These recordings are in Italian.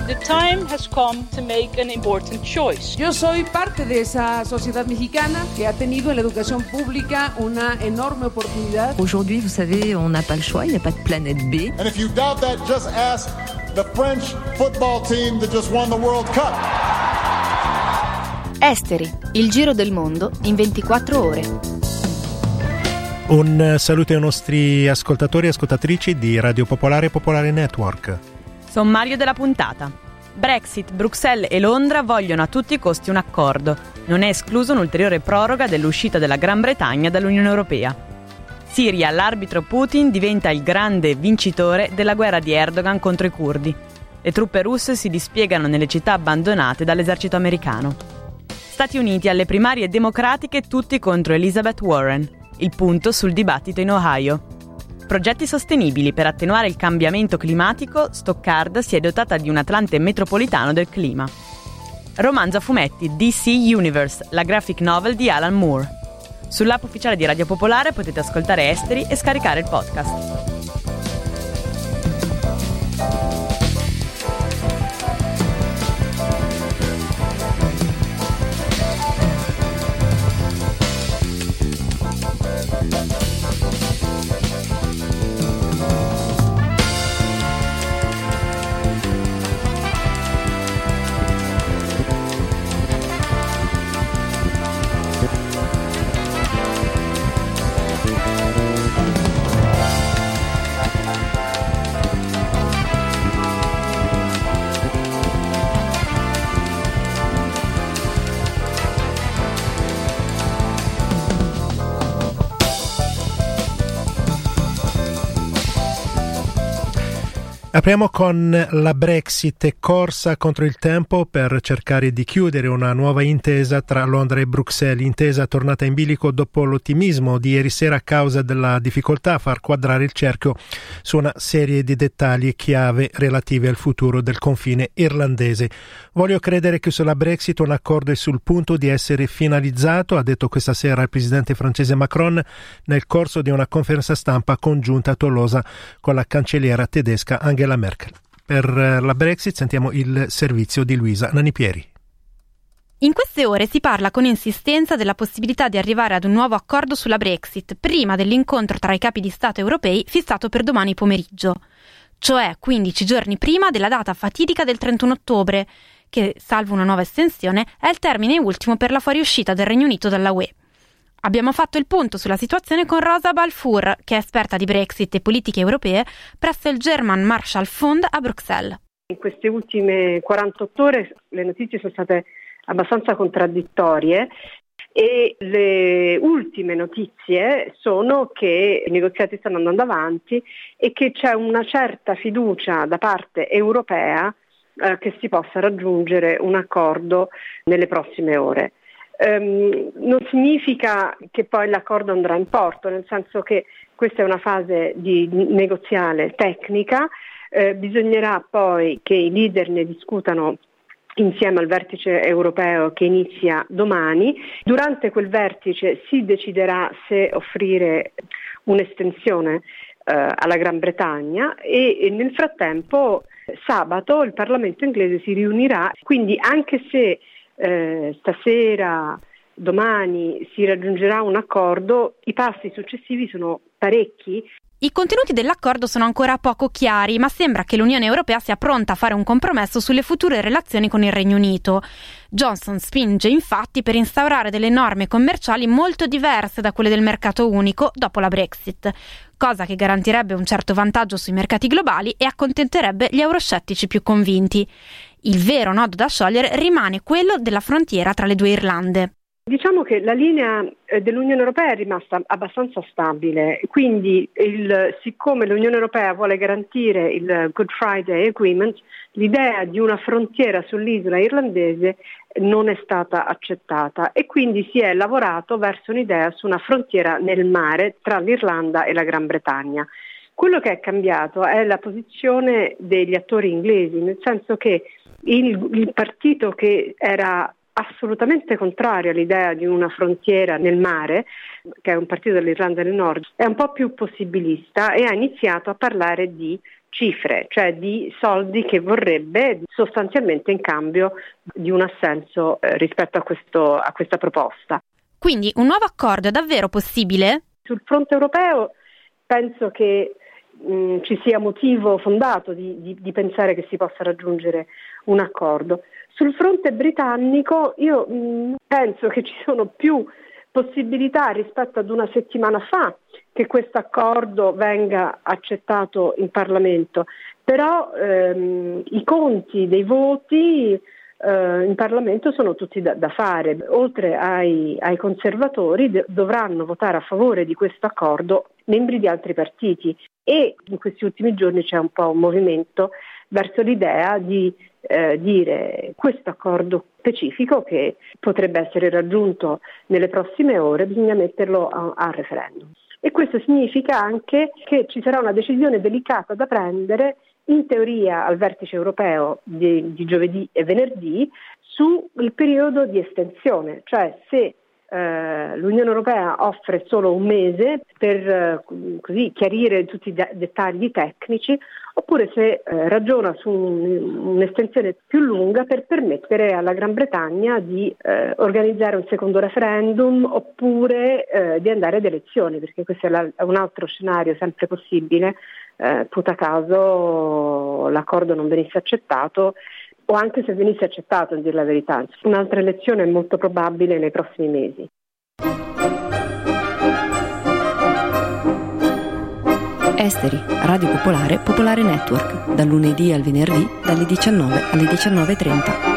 The time has come to make an important choice. Yo soy parte de esa sociedad mexicana que ha tenido en la educación pública una enorme oportunidad. Aujourd'hui, vous savez, on n'a pas le choix, il n'y a pas de planète B. And if you doubt that, just ask the French football team that just won the World Cup. Esteri, il giro del mondo in 24 ore. Un saluto ai nostri ascoltatori e ascoltatrici di Radio Popolare e Popolare Network. Sommario della puntata. Brexit, Bruxelles e Londra vogliono a tutti i costi un accordo. Non è escluso un'ulteriore proroga dell'uscita della Gran Bretagna dall'Unione Europea. Siria, l'arbitro Putin diventa il grande vincitore della guerra di Erdogan contro i curdi. Le truppe russe si dispiegano nelle città abbandonate dall'esercito americano. Stati Uniti, alle primarie democratiche tutti contro Elizabeth Warren. Il punto sul dibattito in Ohio. Progetti sostenibili per attenuare il cambiamento climatico, Stoccarda si è dotata di un Atlante metropolitano del clima. Romanzo a fumetti DC Universe, la graphic novel di Alan Moore. Sull'app ufficiale di Radio Popolare potete ascoltare Esteri e scaricare il podcast. Apriamo con la Brexit e corsa contro il tempo per cercare di chiudere una nuova intesa tra Londra e Bruxelles, intesa tornata in bilico dopo l'ottimismo di ieri sera a causa della difficoltà a far quadrare il cerchio su una serie di dettagli chiave relativi al futuro del confine irlandese. Voglio credere che sulla Brexit un accordo è sul punto di essere finalizzato, ha detto questa sera il presidente francese Macron nel corso di una conferenza stampa congiunta a Tolosa con la cancelliera tedesca Angela Merkel. Per la Brexit sentiamo il servizio di Luisa Nanipieri. In queste ore si parla con insistenza della possibilità di arrivare ad un nuovo accordo sulla Brexit prima dell'incontro tra i capi di Stato europei fissato per domani pomeriggio, cioè 15 giorni prima della data fatidica del 31 ottobre, che, salvo una nuova estensione, è il termine ultimo per la fuoriuscita del Regno Unito dalla UE. Abbiamo fatto il punto sulla situazione con Rosa Balfour, che è esperta di Brexit e politiche europee presso il German Marshall Fund a Bruxelles. In queste ultime 48 ore le notizie sono state abbastanza contraddittorie e le ultime notizie sono che i negoziati stanno andando avanti e che c'è una certa fiducia da parte europea che si possa raggiungere un accordo nelle prossime ore. Non significa che poi l'accordo andrà in porto, nel senso che questa è una fase di negoziale tecnica, bisognerà poi che i leader ne discutano insieme al vertice europeo che inizia domani. Durante quel vertice si deciderà se offrire un'estensione alla Gran Bretagna e nel frattempo sabato il Parlamento inglese si riunirà, quindi anche se stasera, domani si raggiungerà un accordo, i passi successivi sono parecchi. I contenuti dell'accordo sono ancora poco chiari, ma sembra che l'Unione Europea sia pronta a fare un compromesso sulle future relazioni con il Regno Unito. Johnson spinge infatti per instaurare delle norme commerciali molto diverse da quelle del mercato unico dopo la Brexit, cosa che garantirebbe un certo vantaggio sui mercati globali e accontenterebbe gli euroscettici più convinti. Il vero nodo da sciogliere rimane quello della frontiera tra le due Irlande. Diciamo che la linea dell'Unione Europea è rimasta abbastanza stabile, quindi siccome l'Unione Europea vuole garantire il Good Friday Agreement, l'idea di una frontiera sull'isola irlandese non è stata accettata e quindi si è lavorato verso un'idea su una frontiera nel mare tra l'Irlanda e la Gran Bretagna. Quello che è cambiato è la posizione degli attori inglesi, nel senso che il partito che era assolutamente contrario all'idea di una frontiera nel mare, che è un partito dell'Irlanda del Nord, è un po' più possibilista e ha iniziato a parlare di cifre, cioè di soldi che vorrebbe sostanzialmente in cambio di un assenso rispetto a questa proposta. Quindi un nuovo accordo è davvero possibile? Sul fronte europeo penso che ci sia motivo fondato di pensare che si possa raggiungere un accordo. Sul fronte britannico io penso che ci sono più possibilità rispetto ad una settimana fa che questo accordo venga accettato in Parlamento, però i conti dei voti in Parlamento sono tutti da fare. Oltre ai conservatori dovranno votare a favore di questo accordo membri di altri partiti, e in questi ultimi giorni c'è un po' un movimento verso l'idea di dire questo accordo specifico che potrebbe essere raggiunto nelle prossime ore, bisogna metterlo a referendum. E questo significa anche che ci sarà una decisione delicata da prendere, in teoria al vertice europeo di giovedì e venerdì, sul periodo di estensione, cioè se l'Unione Europea offre solo un mese per così chiarire tutti i dettagli tecnici, oppure se ragiona su un'estensione più lunga per permettere alla Gran Bretagna di organizzare un secondo referendum, oppure di andare ad elezioni, perché questo è un altro scenario sempre possibile, put a caso l'accordo non venisse accettato, o anche se venisse accettato, a dire la verità. Un'altra elezione è molto probabile nei prossimi mesi. Esteri, Radio Popolare, Popolare Network, dal lunedì al venerdì, dalle 19 alle 19:30.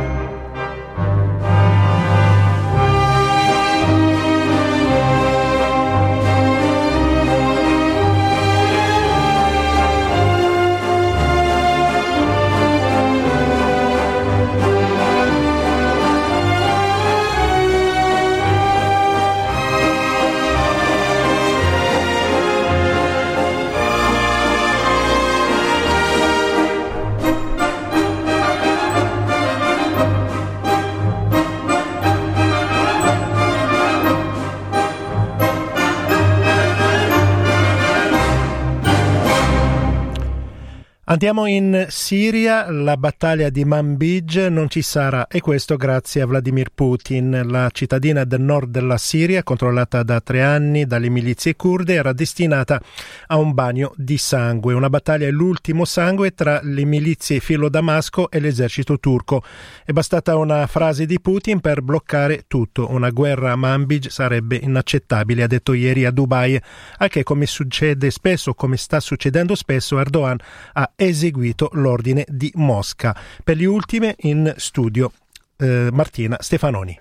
Andiamo in Siria, la battaglia di Manbij non ci sarà, e questo grazie a Vladimir Putin. La cittadina del nord della Siria, controllata da 3 anni dalle milizie curde, era destinata a un bagno di sangue. Una battaglia è l'ultimo sangue tra le milizie filo Damasco e l'esercito turco. È bastata una frase di Putin per bloccare tutto. Una guerra a Manbij sarebbe inaccettabile, ha detto ieri a Dubai, anche come succede spesso, come sta succedendo spesso, Erdogan ha eseguito l'ordine di Mosca. Per gli ultimi in studio Martina Stefanoni.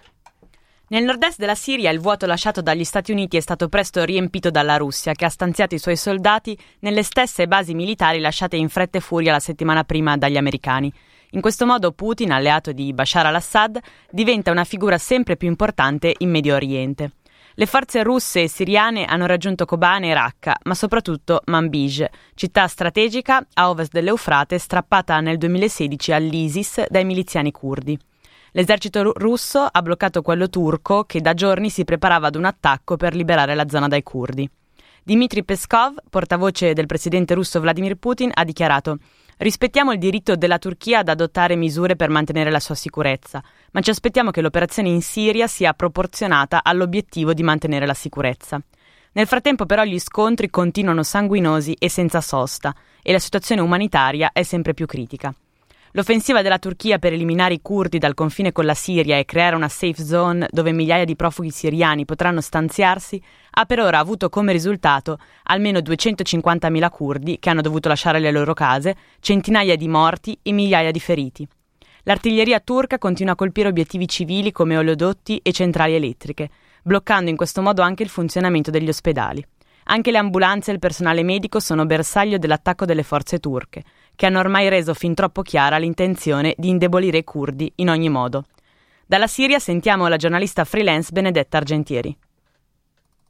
Nel nord-est della Siria il vuoto lasciato dagli Stati Uniti è stato presto riempito dalla Russia, che ha stanziato i suoi soldati nelle stesse basi militari lasciate in fretta e furia la settimana prima dagli americani. In questo modo Putin, alleato di Bashar al-Assad, diventa una figura sempre più importante in Medio Oriente. Le forze russe e siriane hanno raggiunto Kobane e Raqqa, ma soprattutto Manbij, città strategica a ovest dell'Eufrate strappata nel 2016 all'ISIS dai miliziani curdi. L'esercito russo ha bloccato quello turco, che da giorni si preparava ad un attacco per liberare la zona dai curdi. Dmitry Peskov, portavoce del presidente russo Vladimir Putin, ha dichiarato: «Rispettiamo il diritto della Turchia ad adottare misure per mantenere la sua sicurezza, ma ci aspettiamo che l'operazione in Siria sia proporzionata all'obiettivo di mantenere la sicurezza». Nel frattempo però gli scontri continuano sanguinosi e senza sosta, e la situazione umanitaria è sempre più critica. L'offensiva della Turchia per eliminare i curdi dal confine con la Siria e creare una safe zone dove migliaia di profughi siriani potranno stanziarsi ha per ora avuto come risultato almeno 250.000 curdi che hanno dovuto lasciare le loro case, centinaia di morti e migliaia di feriti. L'artiglieria turca continua a colpire obiettivi civili come oleodotti e centrali elettriche, bloccando in questo modo anche il funzionamento degli ospedali. Anche le ambulanze e il personale medico sono bersaglio dell'attacco delle forze turche, che hanno ormai reso fin troppo chiara l'intenzione di indebolire i curdi in ogni modo. Dalla Siria sentiamo la giornalista freelance Benedetta Argentieri.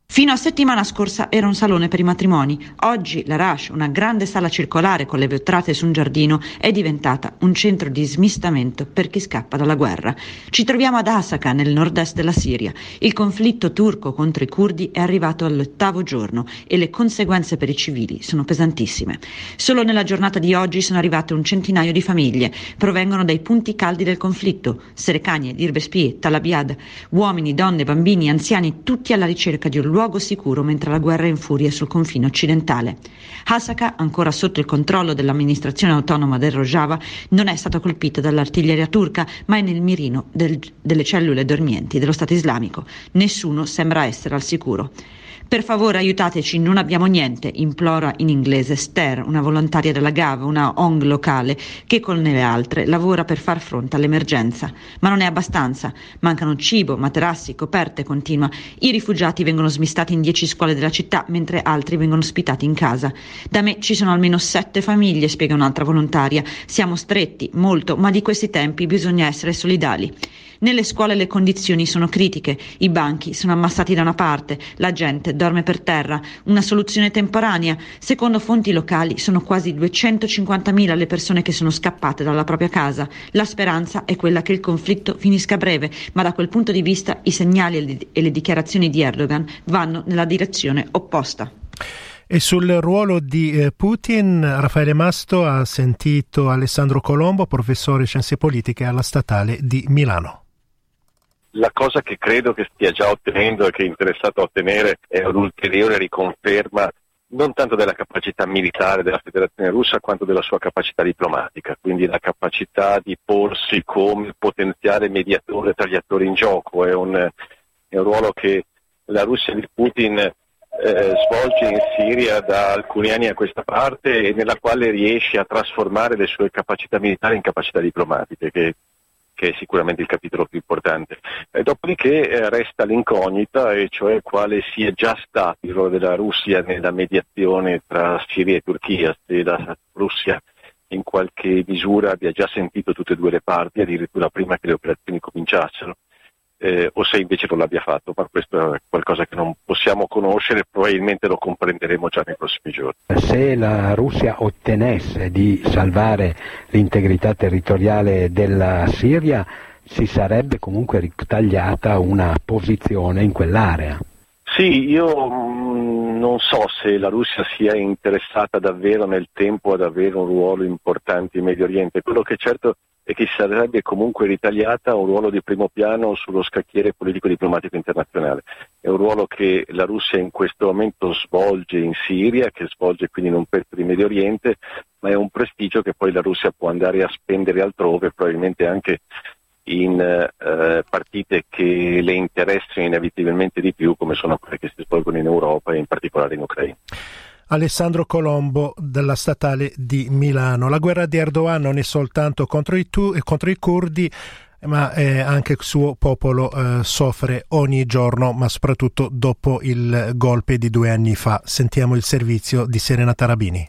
Fino a settimana scorsa era un salone per i matrimoni. Oggi la Rash, una grande sala circolare con le vetrate su un giardino, è diventata un centro di smistamento per chi scappa dalla guerra. Ci troviamo ad Hasaka, nel nord-est della Siria. Il conflitto turco contro i curdi è arrivato all'8° giorno e le conseguenze per i civili sono pesantissime. Solo nella giornata di oggi sono arrivate un centinaio di famiglie. Provengono dai punti caldi del conflitto: Serekanie, Dirbespie, Tal Abyad. Uomini, donne, bambini, anziani, tutti alla ricerca di un luogo sicuro mentre la guerra infuria sul confine occidentale. Hasaka, ancora sotto il controllo dell'amministrazione autonoma del Rojava, non è stata colpita dall'artiglieria turca, ma è nel mirino delle cellule dormienti dello Stato islamico. Nessuno sembra essere al sicuro. Per favore aiutateci, non abbiamo niente, implora in inglese Esther, una volontaria della GAV, una ONG locale che con le altre lavora per far fronte all'emergenza. Ma non è abbastanza, mancano cibo, materassi, coperte, continua. I rifugiati vengono smistati in 10 scuole della città, mentre altri vengono ospitati in casa. Da me ci sono almeno 7 famiglie, spiega un'altra volontaria. Siamo stretti, molto, ma di questi tempi bisogna essere solidali. Nelle scuole le condizioni sono critiche, i banchi sono ammassati da una parte, la gente dorme per terra, una soluzione temporanea. Secondo fonti locali sono quasi 250.000 le persone che sono scappate dalla propria casa. La speranza è quella che il conflitto finisca a breve, ma da quel punto di vista i segnali e le dichiarazioni di Erdogan vanno nella direzione opposta. E sul ruolo di Putin, Raffaele Masto ha sentito Alessandro Colombo, professore di scienze politiche alla Statale di Milano. La cosa che credo che stia già ottenendo e che è interessato a ottenere è un'ulteriore riconferma non tanto della capacità militare della Federazione Russa quanto della sua capacità diplomatica, quindi la capacità di porsi come potenziale mediatore tra gli attori in gioco. È un ruolo che la Russia di Putin svolge in Siria da alcuni anni a questa parte e nella quale riesce a trasformare le sue capacità militari in capacità diplomatiche, che è sicuramente il capitolo più importante. Dopodiché resta l'incognita, e cioè quale sia già stato il ruolo della Russia nella mediazione tra Siria e Turchia, se la Russia in qualche misura abbia già sentito tutte e due le parti, addirittura prima che le operazioni cominciassero, o se invece non l'abbia fatto, ma questo è qualcosa che non possiamo conoscere, probabilmente lo comprenderemo già nei prossimi giorni. Se la Russia ottenesse di salvare l'integrità territoriale della Siria, si sarebbe comunque ritagliata una posizione in quell'area. Sì, io non so se la Russia sia interessata davvero nel tempo ad avere un ruolo importante in Medio Oriente. Quello che è certo è che sarebbe comunque ritagliata un ruolo di primo piano sullo scacchiere politico-diplomatico internazionale. È un ruolo che la Russia in questo momento svolge in Siria, che svolge quindi in un pezzo di Medio Oriente, ma è un prestigio che poi la Russia può andare a spendere altrove, probabilmente anche in partite che le interessano inevitabilmente di più, come sono quelle che si svolgono in Europa e in particolare in Ucraina. Alessandro Colombo della Statale di Milano. La guerra di Erdogan non è soltanto contro i curdi, ma anche il suo popolo soffre ogni giorno, ma soprattutto dopo il golpe di 2 anni fa. Sentiamo il servizio di Serena Tarabini.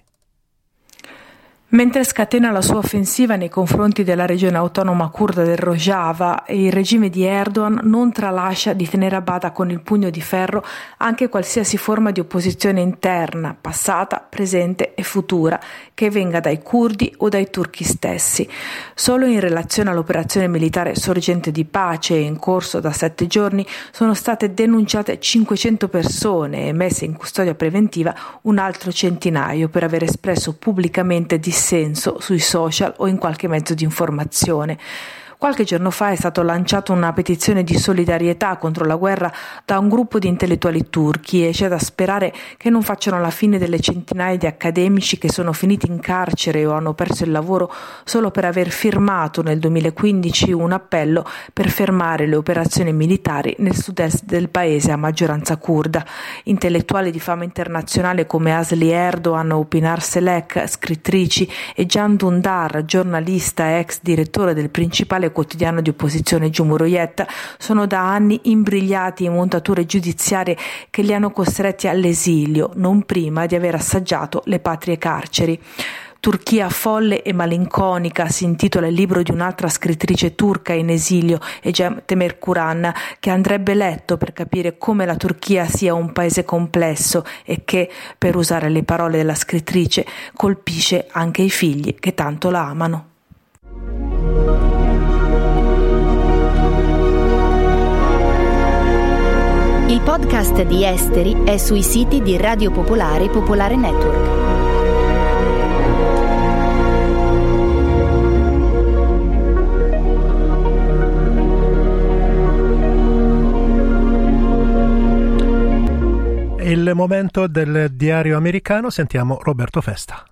Mentre scatena la sua offensiva nei confronti della regione autonoma curda del Rojava, il regime di Erdogan non tralascia di tenere a bada con il pugno di ferro anche qualsiasi forma di opposizione interna, passata, presente e futura, che venga dai curdi o dai turchi stessi. Solo in relazione all'operazione militare sorgente di pace in corso da 7 giorni sono state denunciate 500 persone e messe in custodia preventiva un altro centinaio per aver espresso pubblicamente dissenso sui social o in qualche mezzo di informazione. Qualche giorno fa è stata lanciata una petizione di solidarietà contro la guerra da un gruppo di intellettuali turchi e c'è da sperare che non facciano la fine delle centinaia di accademici che sono finiti in carcere o hanno perso il lavoro solo per aver firmato nel 2015 un appello per fermare le operazioni militari nel sud-est del paese a maggioranza curda. Intellettuali di fama internazionale come Asli Erdogan o Pinar Selek, scrittrici, e Can Dündar, giornalista e ex direttore del principale quotidiano di opposizione Cumhuriyet, sono da anni imbrigliati in montature giudiziarie che li hanno costretti all'esilio, non prima di aver assaggiato le patrie carceri. Turchia folle e malinconica si intitola il libro di un'altra scrittrice turca in esilio, Ecem Temirkuran, che andrebbe letto per capire come la Turchia sia un paese complesso e che, per usare le parole della scrittrice, colpisce anche i figli che tanto la amano. Il podcast di Esteri è sui siti di Radio Popolare e Popolare Network. Il momento del diario americano, sentiamo Roberto Festa.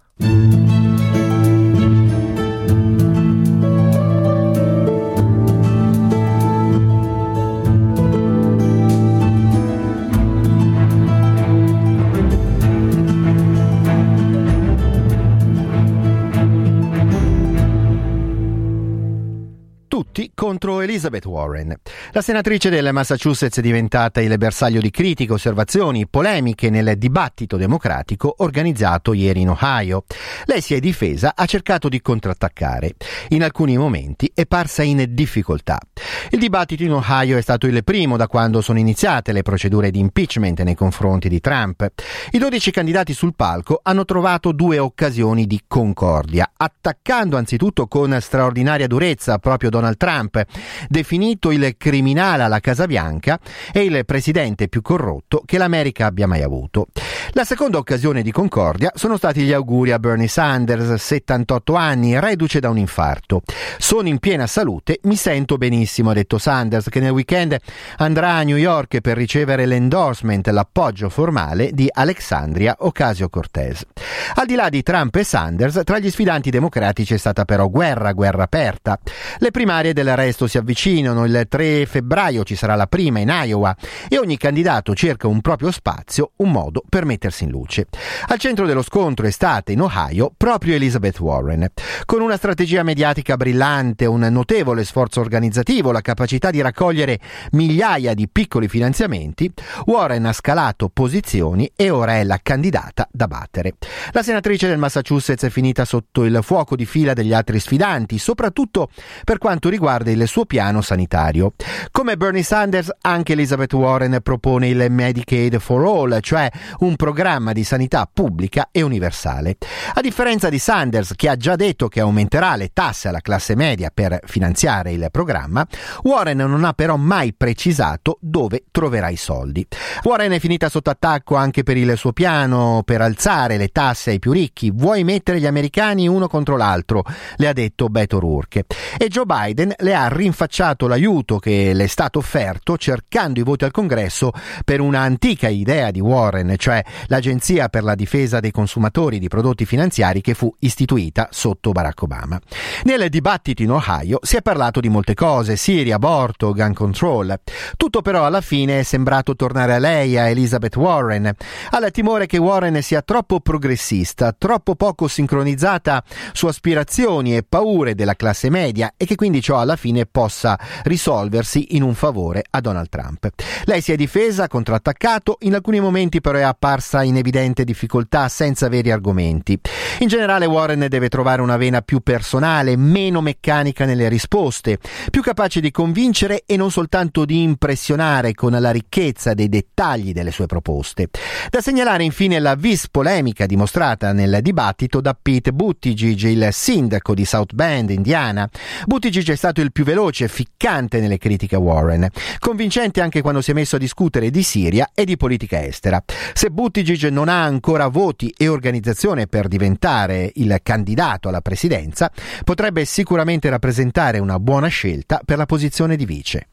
Contro Elizabeth Warren. La senatrice del Massachusetts è diventata il bersaglio di critiche, osservazioni, polemiche nel dibattito democratico organizzato ieri in Ohio. Lei si è difesa, ha cercato di contrattaccare. In alcuni momenti è parsa in difficoltà. Il dibattito in Ohio è stato il primo da quando sono iniziate le procedure di impeachment nei confronti di Trump. I 12 candidati sul palco hanno trovato 2 occasioni di concordia, attaccando anzitutto con straordinaria durezza proprio Donald Trump, definito il criminale alla Casa Bianca e il presidente più corrotto che l'America abbia mai avuto. La seconda occasione di concordia sono stati gli auguri a Bernie Sanders, 78 anni, reduce da un infarto. Sono in piena salute, mi sento benissimo, ha detto Sanders, che nel weekend andrà a New York per ricevere l'endorsement, l'appoggio formale di Alexandria Ocasio-Cortez. Al di là di Trump e Sanders, tra gli sfidanti democratici è stata però guerra aperta. Le primarie del resto si avvicinano, il 3 febbraio ci sarà la prima in Iowa e ogni candidato cerca un proprio spazio, un modo per mettersi in luce. Al centro dello scontro è stata in Ohio proprio Elizabeth Warren. Con una strategia mediatica brillante, un notevole sforzo organizzativo, la capacità di raccogliere migliaia di piccoli finanziamenti, Warren ha scalato posizioni e ora è la candidata da battere. La senatrice del Massachusetts è finita sotto il fuoco di fila degli altri sfidanti, soprattutto per quanto riguarda il suo piano sanitario. Come Bernie Sanders, anche Elizabeth Warren propone il Medicaid for All, cioè un programma di sanità pubblica e universale. A differenza di Sanders, che ha già detto che aumenterà le tasse alla classe media per finanziare il programma, Warren non ha però mai precisato dove troverà i soldi. Warren è finita sotto attacco anche per il suo piano per alzare le tasse ai più ricchi. Vuoi mettere gli americani uno contro l'altro, le ha detto Beto O'Rourke. E Joe Biden le ha rinfacciato l'aiuto che le è stato offerto cercando i voti al Congresso per una antica idea di Warren, cioè l'Agenzia per la difesa dei consumatori di prodotti finanziari che fu istituita sotto Barack Obama. Nel dibattito in Ohio si è parlato di molte cose, Siria, aborto, gun control. Tutto però alla fine è sembrato tornare a lei, a Elizabeth Warren. Ha il timore che Warren sia troppo progressista, troppo poco sincronizzata su aspirazioni e paure della classe media e che quindi ciò alla fine possa risolversi in un favore a Donald Trump. Lei si è difesa, contrattaccato, in alcuni momenti però è apparsa in evidente difficoltà senza veri argomenti. In generale Warren deve trovare una vena più personale, meno meccanica nelle risposte, più capace di convincere e non soltanto di impressionare con la ricchezza dei dettagli delle sue proposte. Da segnalare infine la vis polemica dimostrata nel dibattito da Pete Buttigieg, il sindaco di South Bend, Indiana. Buttigieg è stato il più veloce e ficcante nelle critiche a Warren, convincente anche quando si è messo a discutere di Siria e di politica estera. Se Buttigieg non ha ancora voti e organizzazione per diventare il candidato alla presidenza, potrebbe sicuramente rappresentare una buona scelta per la posizione di vice.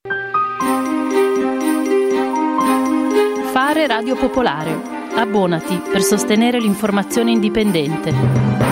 Fare Radio Popolare. Abbonati per sostenere l'informazione indipendente.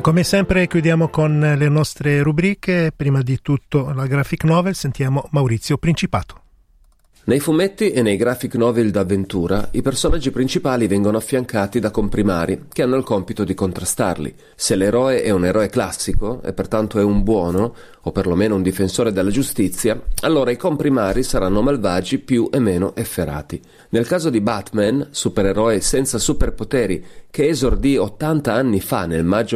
Come sempre chiudiamo con le nostre rubriche. Prima di tutto la graphic novel, sentiamo Maurizio Principato. Nei fumetti e nei graphic novel d'avventura i personaggi principali vengono affiancati da comprimari che hanno il compito di contrastarli. Se l'eroe è un eroe classico e pertanto è un buono, o perlomeno un difensore della giustizia, allora i comprimari saranno malvagi più e meno efferati. Nel caso di Batman, supereroe senza superpoteri che esordì 80 anni fa nel maggio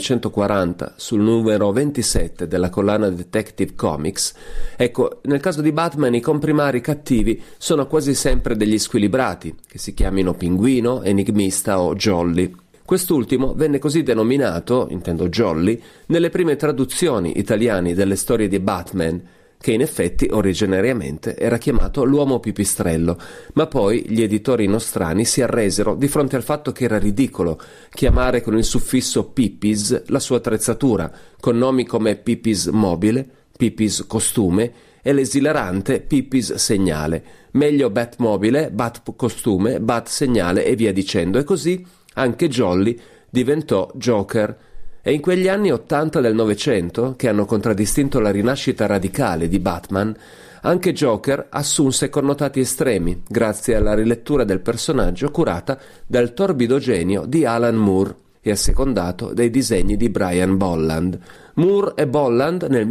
1940 sul numero 27 della collana Detective Comics, ecco, nel caso di Batman i comprimari cattivi sono quasi sempre degli squilibrati, che si chiamino Pinguino, Enigmista o Jolly. Quest'ultimo venne così denominato, intendo Jolly, nelle prime traduzioni italiane delle storie di Batman, che in effetti originariamente era chiamato l'uomo pipistrello, ma poi gli editori nostrani si arresero di fronte al fatto che era ridicolo chiamare con il suffisso Pipis la sua attrezzatura, con nomi come Pipis mobile, Pipis costume e l'esilarante Pipis segnale, meglio Batmobile, Bat costume, Bat segnale e via dicendo, e così anche Jolly diventò Joker. E in quegli anni 80 del Novecento, che hanno contraddistinto la rinascita radicale di Batman, anche Joker assunse connotati estremi grazie alla rilettura del personaggio curata dal torbido genio di Alan Moore e assecondato dai disegni di Brian Bolland. Moore e Bolland nel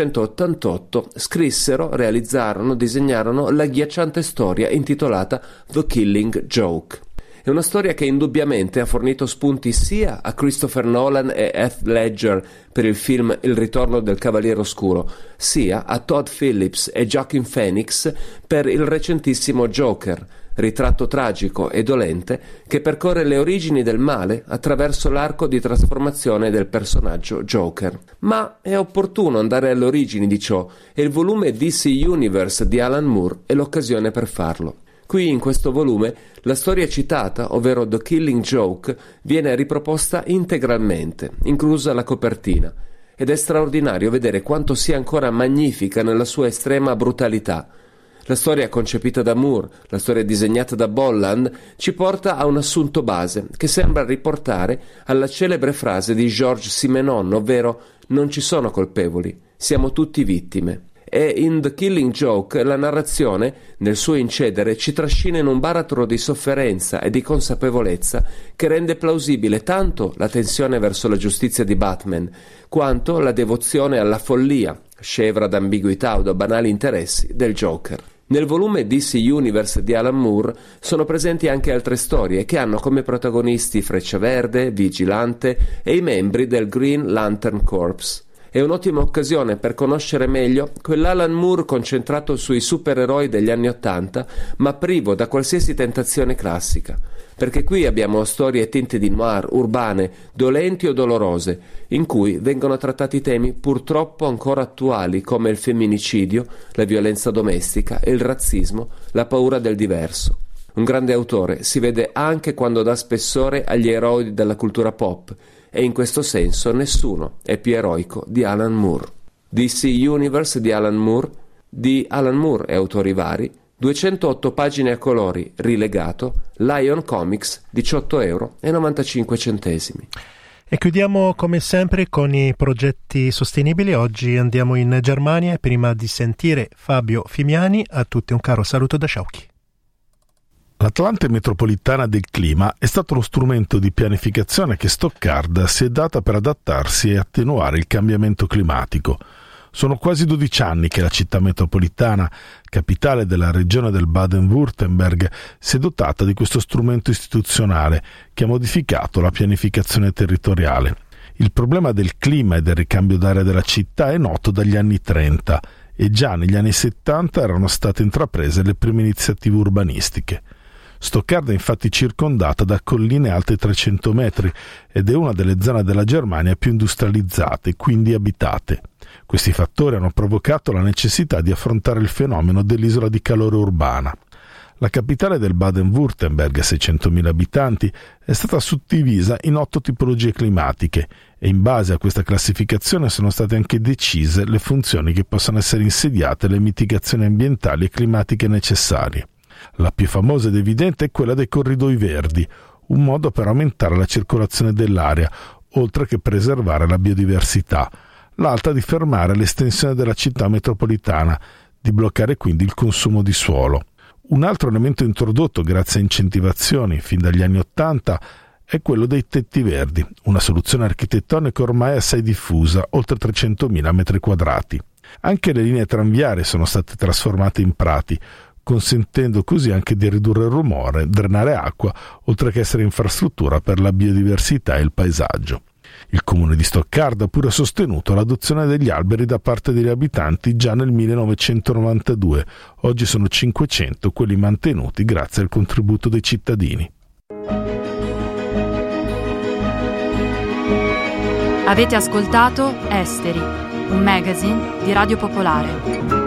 1988 scrissero, realizzarono, disegnarono l'agghiacciante storia intitolata The Killing Joke. È una storia che indubbiamente ha fornito spunti sia a Christopher Nolan e Heath Ledger per il film Il ritorno del Cavaliere Oscuro, sia a Todd Phillips e Joaquin Phoenix per il recentissimo Joker, ritratto tragico e dolente che percorre le origini del male attraverso l'arco di trasformazione del personaggio Joker. Ma è opportuno andare alle origini di ciò e il volume DC Universe di Alan Moore è l'occasione per farlo. Qui in questo volume la storia citata, ovvero The Killing Joke, viene riproposta integralmente, inclusa la copertina, ed è straordinario vedere quanto sia ancora magnifica nella sua estrema brutalità. La storia concepita da Moore, la storia disegnata da Bolland, ci porta a un assunto base che sembra riportare alla celebre frase di Georges Simenon, ovvero «Non ci sono colpevoli, siamo tutti vittime». E in The Killing Joke la narrazione, nel suo incedere, ci trascina in un baratro di sofferenza e di consapevolezza che rende plausibile tanto la tensione verso la giustizia di Batman, quanto la devozione alla follia, scevra d'ambiguità o da banali interessi, del Joker. Nel volume DC Universe di Alan Moore sono presenti anche altre storie che hanno come protagonisti Freccia Verde, Vigilante e i membri del Green Lantern Corps. È un'ottima occasione per conoscere meglio quell'Alan Moore concentrato sui supereroi degli anni '80, ma privo da qualsiasi tentazione classica, perché qui abbiamo storie tinte di noir, urbane, dolenti o dolorose, in cui vengono trattati temi purtroppo ancora attuali come il femminicidio, la violenza domestica, il razzismo, la paura del diverso. Un grande autore si vede anche quando dà spessore agli eroi della cultura pop, e in questo senso nessuno è più eroico di Alan Moore. DC Universe di Alan Moore e autori vari, 208 pagine a colori, rilegato, Lion Comics, €18,95. E chiudiamo come sempre con i progetti sostenibili. Oggi andiamo in Germania e prima di sentire Fabio Fimiani, a tutti un caro saluto da Sciauchi. L'Atlante metropolitana del clima è stato lo strumento di pianificazione che Stoccarda si è data per adattarsi e attenuare il cambiamento climatico. Sono quasi 12 anni che la città metropolitana, capitale della regione del Baden-Württemberg, si è dotata di questo strumento istituzionale che ha modificato la pianificazione territoriale. Il problema del clima e del ricambio d'aria della città è noto dagli anni 30 e già negli anni 70 erano state intraprese le prime iniziative urbanistiche. Stoccarda è infatti circondata da colline alte 300 metri ed è una delle zone della Germania più industrializzate, quindi abitate. Questi fattori hanno provocato la necessità di affrontare il fenomeno dell'isola di calore urbana. La capitale del Baden-Württemberg, 600.000 abitanti, è stata suddivisa in 8 tipologie climatiche e in base a questa classificazione sono state anche decise le funzioni che possono essere insediate alle mitigazioni ambientali e climatiche necessarie. La più famosa ed evidente è quella dei corridoi verdi, un modo per aumentare la circolazione dell'aria, oltre che preservare la biodiversità. L'altra di fermare l'estensione della città metropolitana, di bloccare quindi il consumo di suolo. Un altro elemento introdotto grazie a incentivazioni fin dagli anni '80 è quello dei tetti verdi, una soluzione architettonica ormai assai diffusa, oltre 300.000 metri quadrati. Anche le linee tranviarie sono state trasformate in prati, consentendo così anche di ridurre il rumore, drenare acqua, oltre che essere infrastruttura per la biodiversità e il paesaggio. Il comune di Stoccarda ha pure sostenuto l'adozione degli alberi da parte degli abitanti già nel 1992. Oggi sono 500 quelli mantenuti grazie al contributo dei cittadini. Avete ascoltato Esteri, un magazine di Radio Popolare.